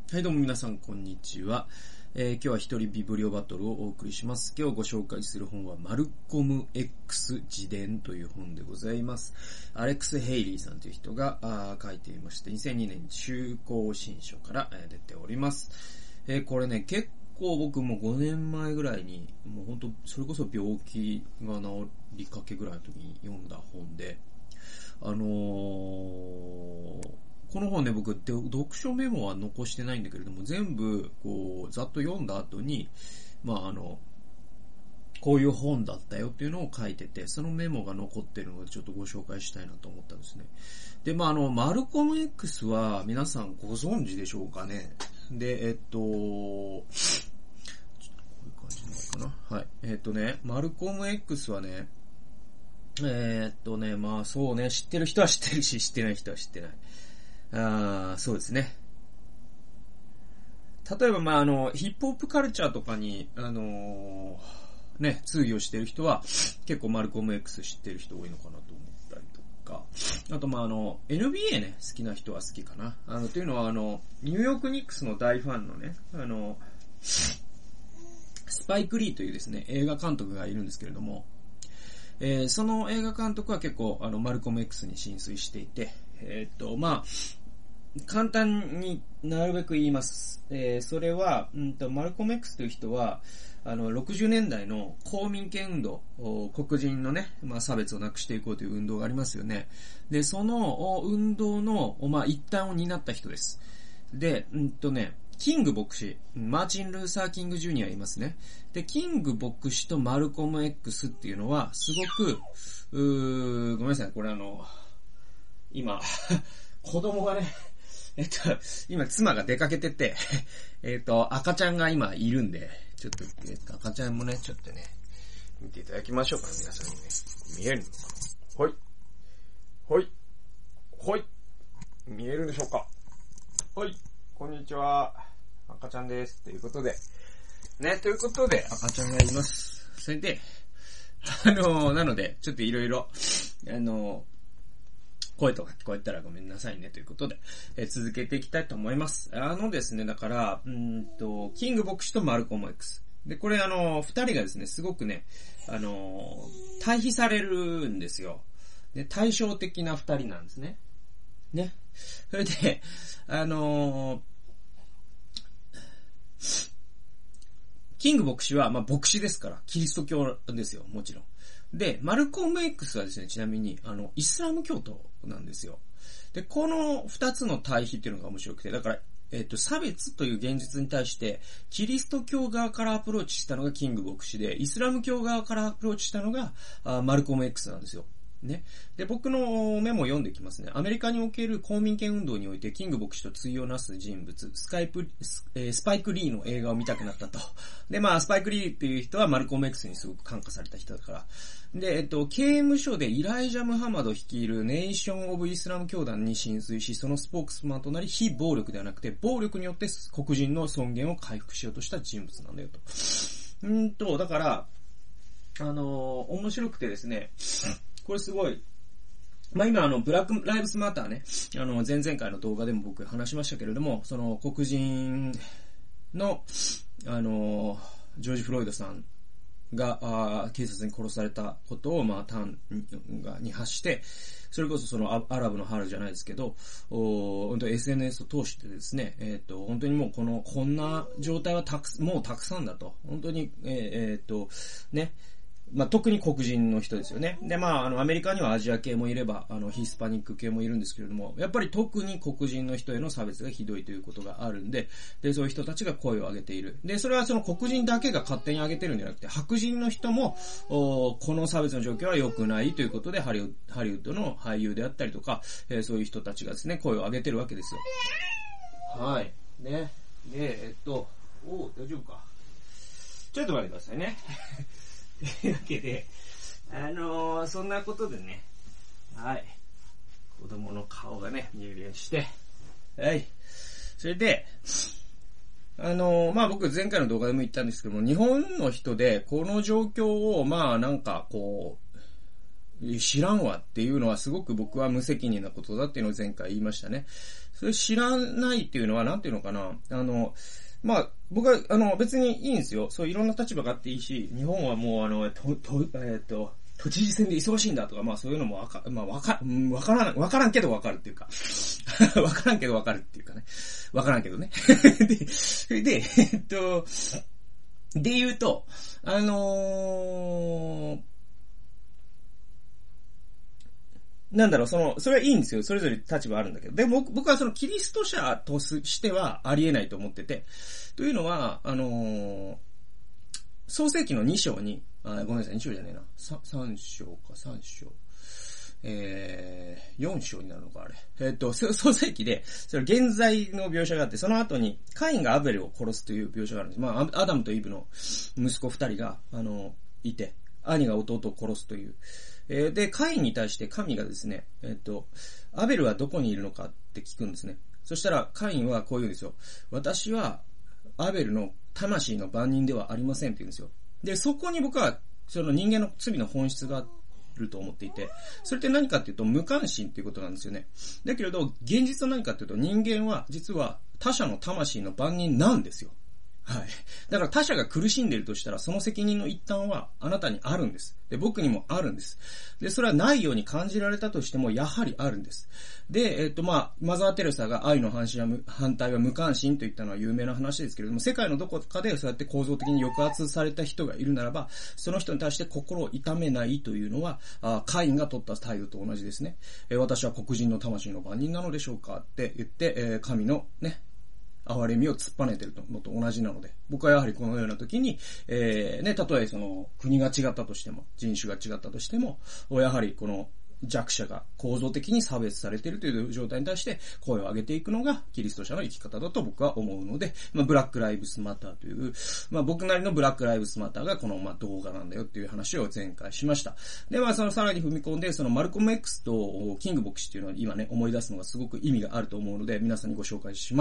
はい、どうも皆さん、こんにちは。今日は一人ビブリオバトルをお送りします。今日ご紹介する本は、マルコム X 自伝という本でございます。アレックス・ヘイリーさんという人が書いていまして、2002年中高新書から出ております。これね、結構僕も5年前ぐらいに、もう本当それこそ病気が治りかけぐらいの時に読んだ本で、この本ね、僕、読書メモは残してないんだけれども、全部、ざっと読んだ後に、こういう本だったよっていうのを書いてて、そのメモが残ってるので、ちょっとご紹介したいなと思ったんですね。で、マルコム X は、皆さんご存知でしょうかね。で、ちょっとこういう感じなのかな。はい。マルコム X はね、そうね、知ってる人は知ってるし、知ってない人は知ってない。そうですね。例えば、ヒップホップカルチャーとかに、通用してる人は、結構マルコム X 知ってる人多いのかなと思ったりとか。あと、NBA ね、好きな人は好きかな。というのは、ニューヨークニックスの大ファンのね、スパイク・リーというですね、映画監督がいるんですけれども、その映画監督は結構、マルコム X に浸水していて、簡単になるべく言います。それは、マルコム X という人は、60年代の公民権運動、黒人のね、差別をなくしていこうという運動がありますよね。で、その運動の、一端を担った人です。で、キング牧師、マーチン・ルーサー・キング・ジュニアいますね。で、キング牧師とマルコム X っていうのは、すごく、ごめんなさい、これ今、子供がね、今妻が出かけてて、赤ちゃんが今いるんで、ちょっと、赤ちゃんもね、ちょっとね、見ていただきましょうかね、皆さんにね。見えるのかな？ほい。ほい。ほい。見えるでしょうか？ほい。こんにちは。赤ちゃんです。ということで。赤ちゃんがいます。それで、なので、ちょっといろいろ、声とか聞こえたらごめんなさいねということで、続けていきたいと思います。ですね、だから、キング牧師とマルコム X。で、これ二人がですね、すごくね、対比されるんですよ。で、対照的な二人なんですね。ね。それで、キング牧師は、牧師ですから、キリスト教ですよ、もちろん。で、マルコム X はですね、ちなみに、イスラム教徒なんですよ。で、この二つの対比っていうのが面白くて、だから、差別という現実に対して、キリスト教側からアプローチしたのがキング牧師で、イスラム教側からアプローチしたのが、マルコム X なんですよ。ね。で、僕のメモを読んでいきますね。アメリカにおける公民権運動において、キング牧師と対をなす人物、スパイク・リーの映画を見たくなったと。で、スパイク・リーっていう人はマルコム X にすごく感化された人だから。で、刑務所でイライジャ・ムハマド率いるネーション・オブ・イスラム教団に浸水し、そのスポークスマンとなり、非暴力ではなくて、暴力によって黒人の尊厳を回復しようとした人物なんだよと。だから、面白くてですね、これすごい、今ブラックライブスマターね、前々回の動画でも僕話しましたけれども、その黒人の、ジョージ・フロイドさんが、警察に殺されたことを、端に発して、それこそそのアラブの春じゃないですけど、本当 SNS を通してですね、本当にもうこんな状態はもうたくさんだと。本当に、特に黒人の人ですよね。で、アメリカにはアジア系もいれば、ヒスパニック系もいるんですけれども、やっぱり特に黒人の人への差別がひどいということがあるんで、そういう人たちが声を上げている。で、それはその黒人だけが勝手に上げてるんじゃなくて、白人の人も、この差別の状況は良くないということで、ハリウッドの俳優であったりとか、そういう人たちがですね、声を上げてるわけですよ。はい。ね。で、大丈夫か。ちょっと待ってくださいね。というわけで、そんなことでね、はい。子供の顔がね、見えるようにして、はい。それで、僕前回の動画でも言ったんですけども、日本の人でこの状況を、 知らんわっていうのはすごく僕は無責任なことだっていうのを前回言いましたね。それ知らないっていうのはなんていうのかな。まあ、僕は、別にいいんですよ。そういろんな立場があっていいし、日本はもう都知事選で忙しいんだとか、まあそういうのもわからんけどわかるっていうか、わからんけどわかるっていうかね。わからんけどね。で、言うと、なんだろう、それはいいんですよ。それぞれ立場あるんだけど。でも僕はキリスト者としてはありえないと思ってて。というのは、創世記の2章に、ごめんなさい、2章じゃねえな。3章か、3章。4章になるのか、あれ。創世記で、それ現在の描写があって、その後に、カインがアベルを殺すという描写があるんです。まあ、アダムとイブの息子2人が、いて、兄が弟を殺すという。で、カインに対して神がですね、アベルはどこにいるのかって聞くんですね。そしたら、カインはこう言うんですよ。私は、アベルの魂の番人ではありませんって言うんですよ。で、そこに僕は、その人間の罪の本質があると思っていて、それって何かっていうと無関心っていうことなんですよね。だけれど、現実は何かっていうと、人間は実は他者の魂の番人なんですよ。はい。だから他者が苦しんでいるとしたら、その責任の一端はあなたにあるんです。で、僕にもあるんです。で、それはないように感じられたとしても、やはりあるんです。で、マザー・テレサが愛の反対は無関心と言ったのは有名な話ですけれども、世界のどこかでそうやって構造的に抑圧された人がいるならば、その人に対して心を痛めないというのは、カインが取った態度と同じですね。私は黒人の魂の番人なのでしょうかって言って、神のね、憐れみを突っぱねてるのと同じなので、僕はやはりこのような時に、たとえ国が違ったとしても、人種が違ったとしても、やはりこの弱者が構造的に差別されているという状態に対して声を上げていくのがキリスト者の生き方だと僕は思うので、ブラックライブスマターという、僕なりのブラックライブスマターがこの動画なんだよっていう話を前回しました。で、さらに踏み込んで、マルコム X とキング牧師っていうのは今ね、思い出すのがすごく意味があると思うので、皆さんにご紹介します。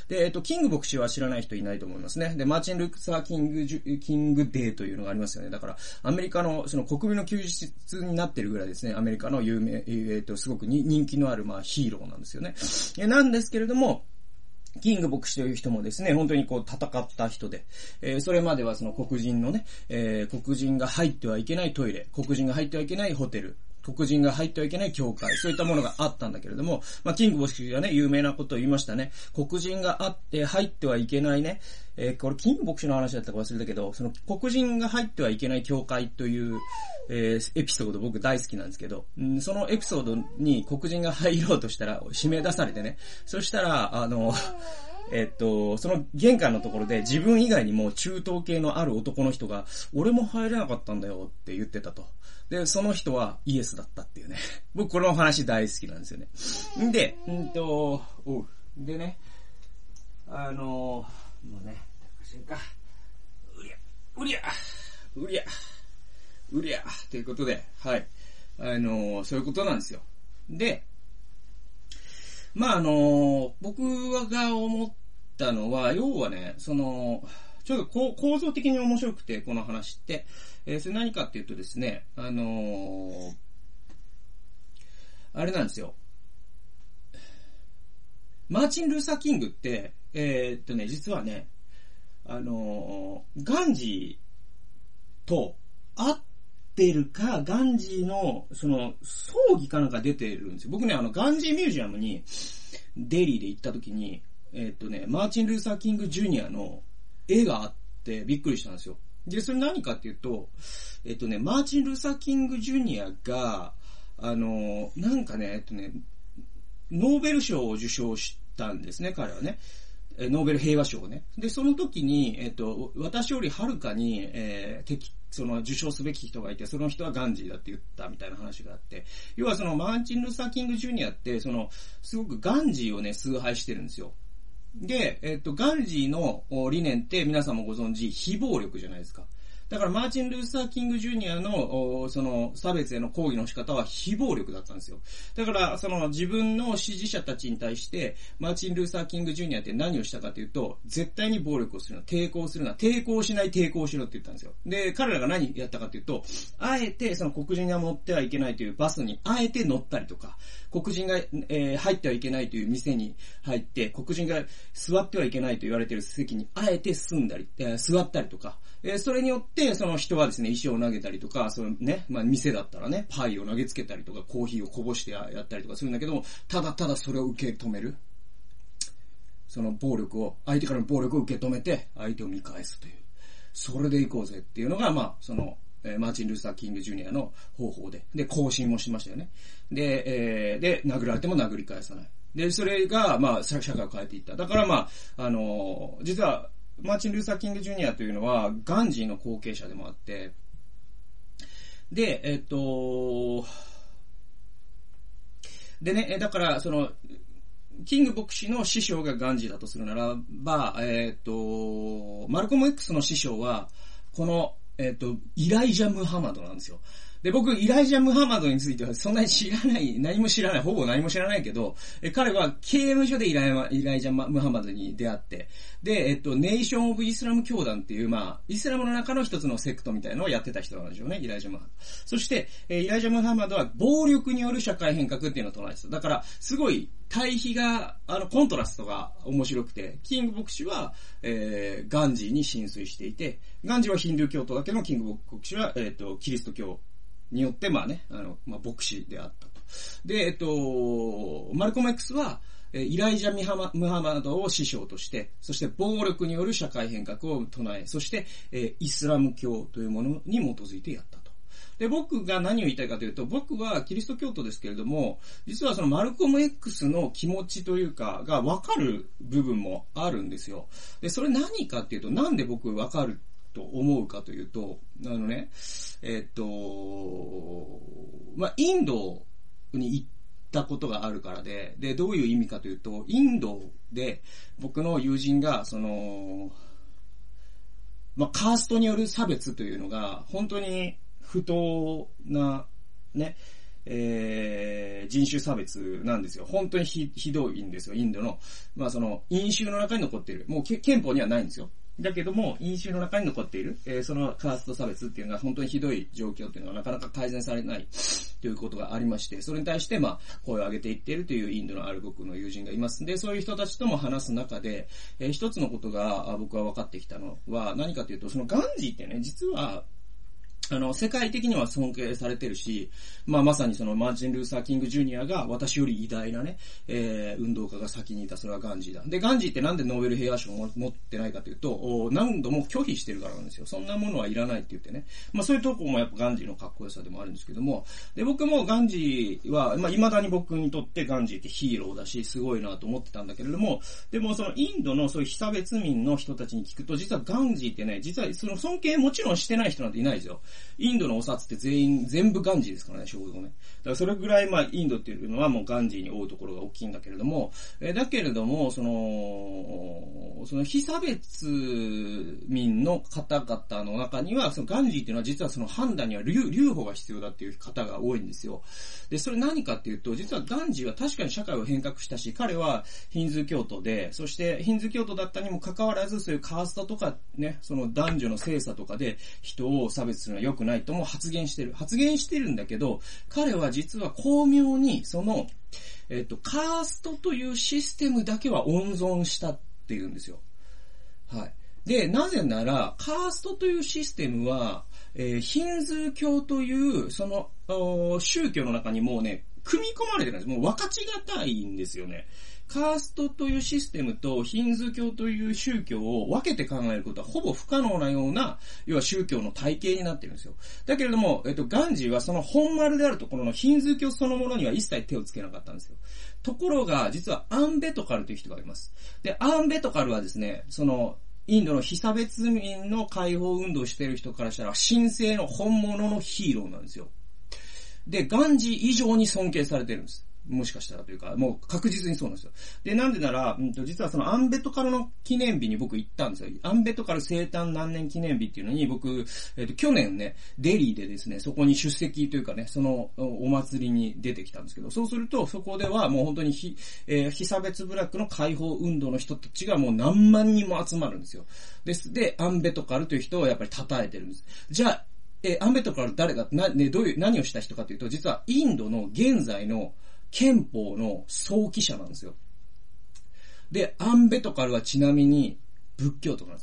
で、キング牧師は知らない人いないと思いますね。で、マーチン・ルーサー・キングデーというのがありますよね。だから、アメリカの国民の休日になってるぐらいですね、アメリカの有名、すごく人気のある、ヒーローなんですよね。なんですけれども、キング牧師という人もですね、本当に戦った人で、それまでは黒人のね、黒人が入ってはいけないトイレ、黒人が入ってはいけないホテル、黒人が入ってはいけない教会、そういったものがあったんだけれども、キング牧師がね、有名なことを言いましたね。黒人が入ってはいけないね、これキング牧師の話だったか忘れたけど、黒人が入ってはいけない教会という、エピソード僕大好きなんですけど、そのエピソードに黒人が入ろうとしたら指名出されてね、そしたら、その玄関のところで自分以外にも中東系のある男の人が、俺も入れなかったんだよって言ってたと。で、その人はイエスだったっていうね。僕この話大好きなんですよね。で、でね、もうね、うりゃということで、はい。そういうことなんですよ。で、僕が思ったのは、要はね、ちょっと構造的に面白くて、この話って。それ何かっていうとですね、あれなんですよ。マーチン・ルーサー・キングって、実はね、ガンジーと会ってるか、ガンジーの、葬儀かなんか出てるんですよ。僕ね、ガンジーミュージアムに、デリーで行った時に、マーチン・ルーサー・キング・ジュニアの絵があってびっくりしたんですよ。で、それ何かっていうと、マーチン・ルーサー・キング・ジュニアが、なんかね、ノーベル賞を受賞したんですね、彼はね。ノーベル平和賞をね。で、その時に、私よりはるかに、受賞すべき人がいて、その人はガンジーだって言ったみたいな話があって、要はマーチン・ルーサー・キング・ジュニアって、すごくガンジーをね、崇拝してるんですよ。で、ガンジーの理念って皆さんもご存知、非暴力じゃないですか。 だからマーチン・ルーサー・キング・ジュニアの、その差別への抗議の仕方は非暴力だったんですよ。だから、その自分の支持者たちに対して、マーチン・ルーサー・キング・ジュニアって何をしたかというと、絶対に暴力をするな、抵抗するな、抵抗しない、抵抗しろって言ったんですよ。で、彼らが何やったかというと、あえてその黒人が乗ってはいけないというバスにあえて乗ったりとか、黒人が、入ってはいけないという店に入って、黒人が座ってはいけないと言われている席にあえて座ったりとか、それによって、その人はですね、石を投げたりとか、そのね、まあ店だったらね、パイを投げつけたりとか、コーヒーをこぼしてやったりとかするんだけど、ただただそれを受け止める。その暴力を、相手からの暴力を受け止めて、相手を見返すという。それで行こうぜっていうのが、まあ、その、マーチン・ルーサー・キング・ジュニアの方法で、行進もしましたよね。で、殴られても殴り返さない。で、それが、まあ、社会を変えていった。だからまあ、実は、マーチン・ルーサー・キング・ジュニアというのは、ガンジーの後継者でもあって、で、でね、だから、その、キング牧師の師匠がガンジーだとするならば、マルコム X の師匠は、この、イライジャ・ムハマドなんですよ。で、僕、イライジャ・ムハマドについてはそんなに何も知らない、ほぼ何も知らないけど、彼は刑務所でイライジャ・ムハマドに出会って、で、ネーション・オブ・イスラム教団っていう、まあ、イスラムの中の一つのセクトみたいなのをやってた人なんでしょうね、イライジャ・ムハマド。そして、イライジャ・ムハマドは暴力による社会変革っていうのを唱えてた。だから、すごい、対比が、コントラストが面白くて、キング牧師は、ガンジーに浸水していて、ガンジーはヒンドゥー教徒だけど、キング牧師は、キリスト教によって、まあね、まあ、牧師であったと。で、マルコム X は、イライジャ・ムハマドを師匠として、そして暴力による社会変革を唱え、そして、イスラム教というものに基づいてやったと。で、僕が何を言いたいかというと、僕はキリスト教徒ですけれども、実はそのマルコム X の気持ちというか、が分かる部分もあるんですよ。で、それ何かっていうと、なんで僕分かると思うかというと、まあ、インドに行ったことがあるからで、どういう意味かというと、インドで僕の友人が、その、まあ、カーストによる差別というのが、本当に不当な、ね、人種差別なんですよ。本当にひどいんですよ、インドの。まあ、その、因習の中に残っている。もう憲法にはないんですよ。だけども、因習の中に残っている、そのカースト差別っていうのは本当にひどい状況っていうのはなかなか改善されないということがありまして、それに対してまあ、声を上げていっているというインドのある僕の友人がいますんで、そういう人たちとも話す中で、一つのことが僕は分かってきたのは何かというと、そのガンジーってね、実は、世界的には尊敬されてるし、まあまさにそのマーチン・ルーサー・キング・ジュニアが私より偉大なね、運動家が先にいた、それはガンジーだ。で、ガンジーってなんでノーベル平和賞を持ってないかというと、何度も拒否してるからなんですよ。そんなものはいらないって言ってね。まあそういうとこもやっぱガンジーのかっこよさでもあるんですけども、で、僕もガンジーは、まあ未だに僕にとってガンジーってヒーローだし、すごいなと思ってたんだけれども、でもそのインドのそういう被差別民の人たちに聞くと、実はガンジーってね、実はその尊敬もちろんしてない人なんていないですよ。インドのお札って全部ガンジーですからね、肖像ね。だからそれぐらいまあインドっていうのはもうガンジーに追うところが大きいんだけれども、だけれども、その被差別民の方々の中には、そのガンジーっていうのは実はその判断には留保が必要だっていう方が多いんですよ。で、それ何かっていうと、実はガンジーは確かに社会を変革したし、彼はヒンズー教徒で、そしてヒンズー教徒だったにもかかわらず、そういうカーストとかね、その男女の性差とかで人を差別するのは良くないとも発言してるんだけど、彼は実は巧妙にその、カーストというシステムだけは温存したっていうんですよ。はい。で、なぜなら、カーストというシステムは、ヒンズー教という、その、宗教の中にもうね、組み込まれてるんです。もう分かちがたいんですよね。カーストというシステムとヒンズー教という宗教を分けて考えることはほぼ不可能なような、要は宗教の体系になってるんですよ。だけれども、ガンジーはその本丸であるところのヒンズー教そのものには一切手をつけなかったんですよ。ところが、実はアンベトカルという人がいます。で、アンベトカルはですね、その、インドの被差別民の解放運動をしている人からしたら、神聖の本物のヒーローなんですよ。で、ガンジー以上に尊敬されてるんです。 もしかしたらというか、もう確実にそうなんですよ。で、なんでなら、実はそのアンベトカルの記念日に僕行ったんですよ。アンベトカル生誕何年記念日っていうのに僕、去年ね、デリーでですね、そこに出席というかね、そのお祭りに出てきたんですけど、そうすると、そこではもう本当に非差別部落の解放運動の人たちがもう何万人も集まるんですよ。で、アンベトカルという人をやっぱり称えてるんです。じゃあ、アンベトカル誰が、何をした人かというと、実はインドの現在の憲法の創期者なんですよ。で、アンベトカルはちなみに仏教徒なんです。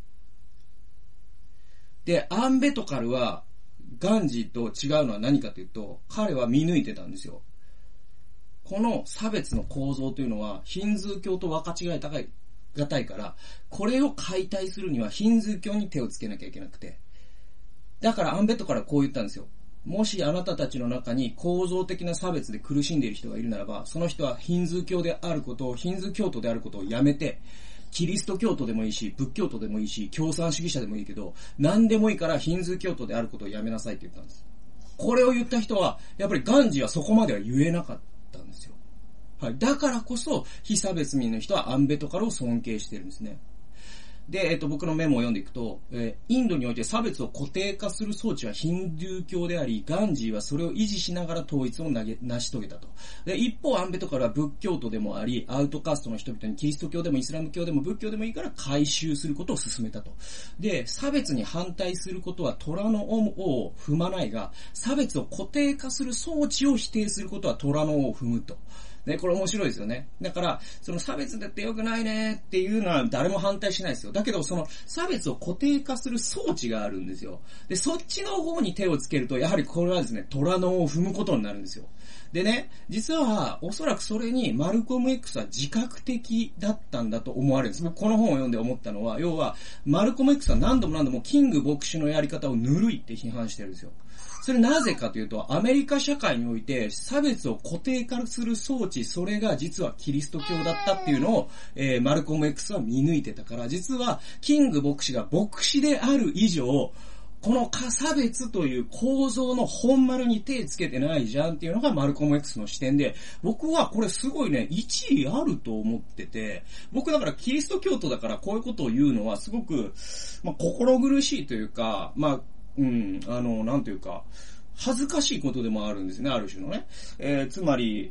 で、アンベトカルはガンジーと違うのは何かというと、彼は見抜いてたんですよ。この差別の構造というのはヒンズー教と分かち合いがたいから、これを解体するにはヒンズー教に手をつけなきゃいけなくて。だからアンベトカルはこう言ったんですよ。もしあなたたちの中に構造的な差別で苦しんでいる人がいるならば、その人はヒンズー教徒であることをやめて、キリスト教徒でもいいし、仏教徒でもいいし、共産主義者でもいいけど、何でもいいからヒンズー教徒であることをやめなさいって言ったんです。これを言った人は、やっぱりガンジーはそこまでは言えなかったんですよ。はい。だからこそ、非差別民の人はアンベトカルを尊敬してるんですね。で、僕のメモを読んでいくと、インドにおいて差別を固定化する装置はヒンドゥー教であり、ガンジーはそれを維持しながら統一を成し遂げたと。で、一方、アンベトカルは仏教徒でもあり、アウトカーストの人々にキリスト教でもイスラム教でも仏教でもいいから改宗することを進めたと。で、差別に反対することは虎の尾を踏まないが、差別を固定化する装置を否定することは虎の尾を踏むと。ね、これ面白いですよね。だから、その差別だって良くないねっていうのは誰も反対しないですよ。だけど、その差別を固定化する装置があるんですよ。で、そっちの方に手をつけると、やはりこれはですね、虎の尾を踏むことになるんですよ。でね、実は、おそらくそれにマルコム X は自覚的だったんだと思われるんです。僕この本を読んで思ったのは、要は、マルコム X は何度もキング牧師のやり方をぬるいって批判してるんですよ。それなぜかというと、アメリカ社会において差別を固定化する装置、それが実はキリスト教だったっていうのを、マルコム X は見抜いてたから、実はキング牧師が牧師である以上、この差別という構造の本丸に手つけてないじゃんっていうのがマルコム X の視点で、僕はこれすごいね、一理あると思ってて、僕だからキリスト教徒だからこういうことを言うのはすごく、心苦しいというか、なんていうか、恥ずかしいことでもあるんですね、ある種のね。つまり、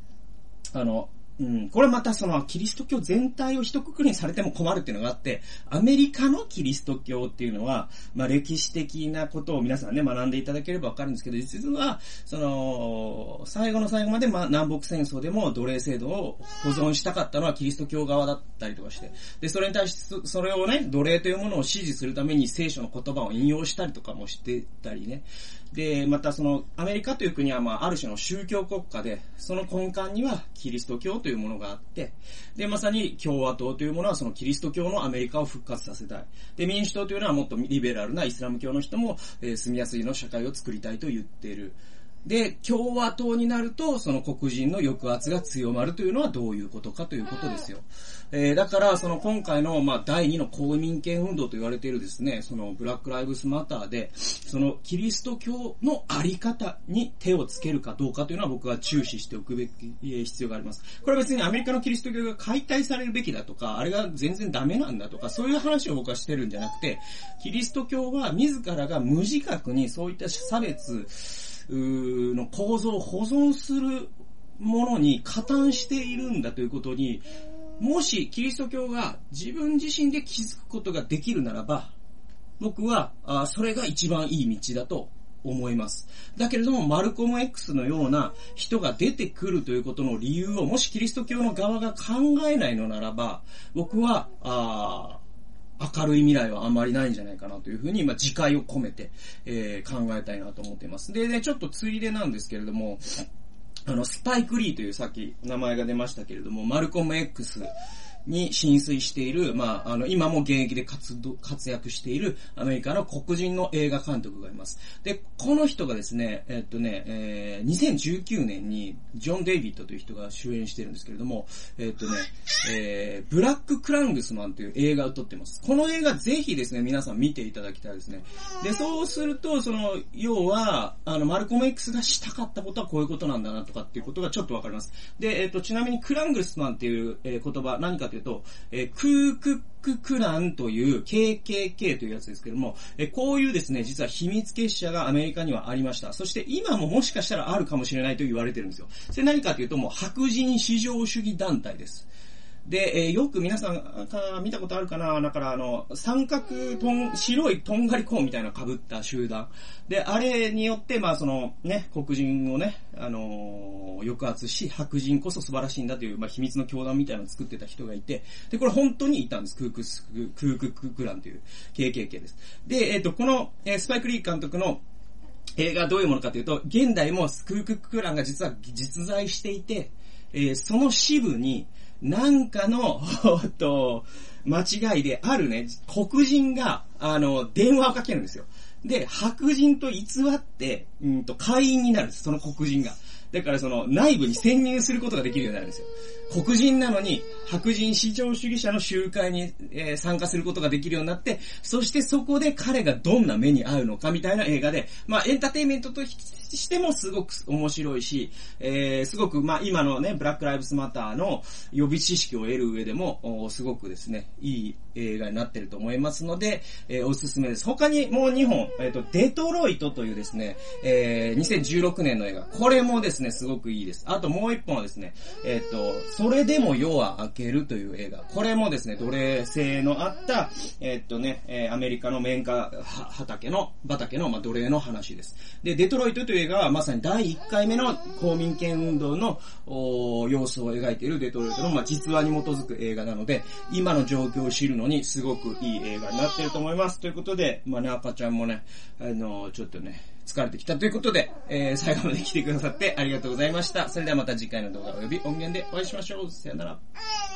これまたそのキリスト教全体を一括りにされても困るっていうのがあって、アメリカのキリスト教っていうのは、歴史的なことを皆さんね、学んでいただければわかるんですけど、実は、最後の最後まで南北戦争でも奴隷制度を保存したかったのはキリスト教側だったりとかして、で、それに対して、それをね、奴隷というものを支持するために聖書の言葉を引用したりとかもしてたりね。で、またアメリカという国はある種の宗教国家で、その根幹にはキリスト教というものがあって、で、まさに共和党というものはそのキリスト教のアメリカを復活させたい。で、民主党というのはもっとリベラルなイスラム教の人も、住みやすいの社会を作りたいと言っている。で、共和党になると、その黒人の抑圧が強まるというのはどういうことかということですよ。だから、今回の、第2の公民権運動と言われているですね、ブラックライブスマターで、キリスト教のあり方に手をつけるかどうかというのは僕は注視しておくべき、必要があります。これは別にアメリカのキリスト教が解体されるべきだとか、あれが全然ダメなんだとか、そういう話を僕はしてるんじゃなくて、キリスト教は自らが無自覚にそういった差別、の構造を保存するものに加担しているんだということに、もしキリスト教が自分自身で気づくことができるならば、僕はそれが一番いい道だと思います。だけれども、マルコム X のような人が出てくるということの理由を、もしキリスト教の側が考えないのならば、僕は明るい未来はあまりないんじゃないかなというふうに、自戒を込めて、考えたいなと思っています。でね、ちょっとついでなんですけれども、スパイク・リーというさっき名前が出ましたけれども、マルコム X に浸水している、今も現役で活躍しているアメリカの黒人の映画監督がいます。で、この人がですね、2019年にジョン・デイビッドという人が主演してるんですけれども、ブラック・クラングスマンという映画を撮ってます。この映画ぜひですね、皆さん見ていただきたいですね。で、そうすると、要は、マルコム X がしたかったことはこういうことなんだなとかっていうことがちょっとわかります。で、ちなみにクラングスマンっていう、言葉、何かというと、クークッククランという KKK というやつですけども、こういうですね、実は秘密結社がアメリカにはありました。そして今ももしかしたらあるかもしれないと言われてるんですよ。それ何かというと、もう白人至上主義団体です。で、よく皆さん見たことあるかな。だから三角白いとんがりコーンみたいなの被った集団。で、あれによって、黒人をね、抑圧し、白人こそ素晴らしいんだという、秘密の教団みたいなのを作ってた人がいて、で、これ本当にいたんです。クークッククランという KKK です。で、この、スパイクリー監督の映画はどういうものかというと、現代もクークッククランが実は実在していて、その支部に、なんかの、間違いであるね、黒人が、電話をかけるんですよ。で、白人と偽って、会員になるんです、その黒人が。だから内部に潜入することができるようになるんですよ。黒人なのに、白人至上主義者の集会に、参加することができるようになって、そしてそこで彼がどんな目に遭うのかみたいな映画で、エンターテインメントとしてもすごく面白いし、すごく、今のね、ブラックライブスマターの予備知識を得る上でも、すごくですね、いい映画になってると思いますので、おすすめです。他にもう2本、デトロイトというですね、2016年の映画、これもですね、すごくいいです。あともう1本はですね、それでも夜は明けるという映画。これもですね、奴隷制のあった、アメリカの綿花畑の奴隷の話です。で、デトロイトという映画はまさに第1回目の公民権運動の様子を描いているデトロイトの実話に基づく映画なので、今の状況を知るのにすごくいい映画になっていると思います。ということで、赤ちゃんもね、ちょっとね、疲れてきたということで、最後まで来てくださってありがとうございました。それではまた次回の動画および音源でお会いしましょう。さよなら。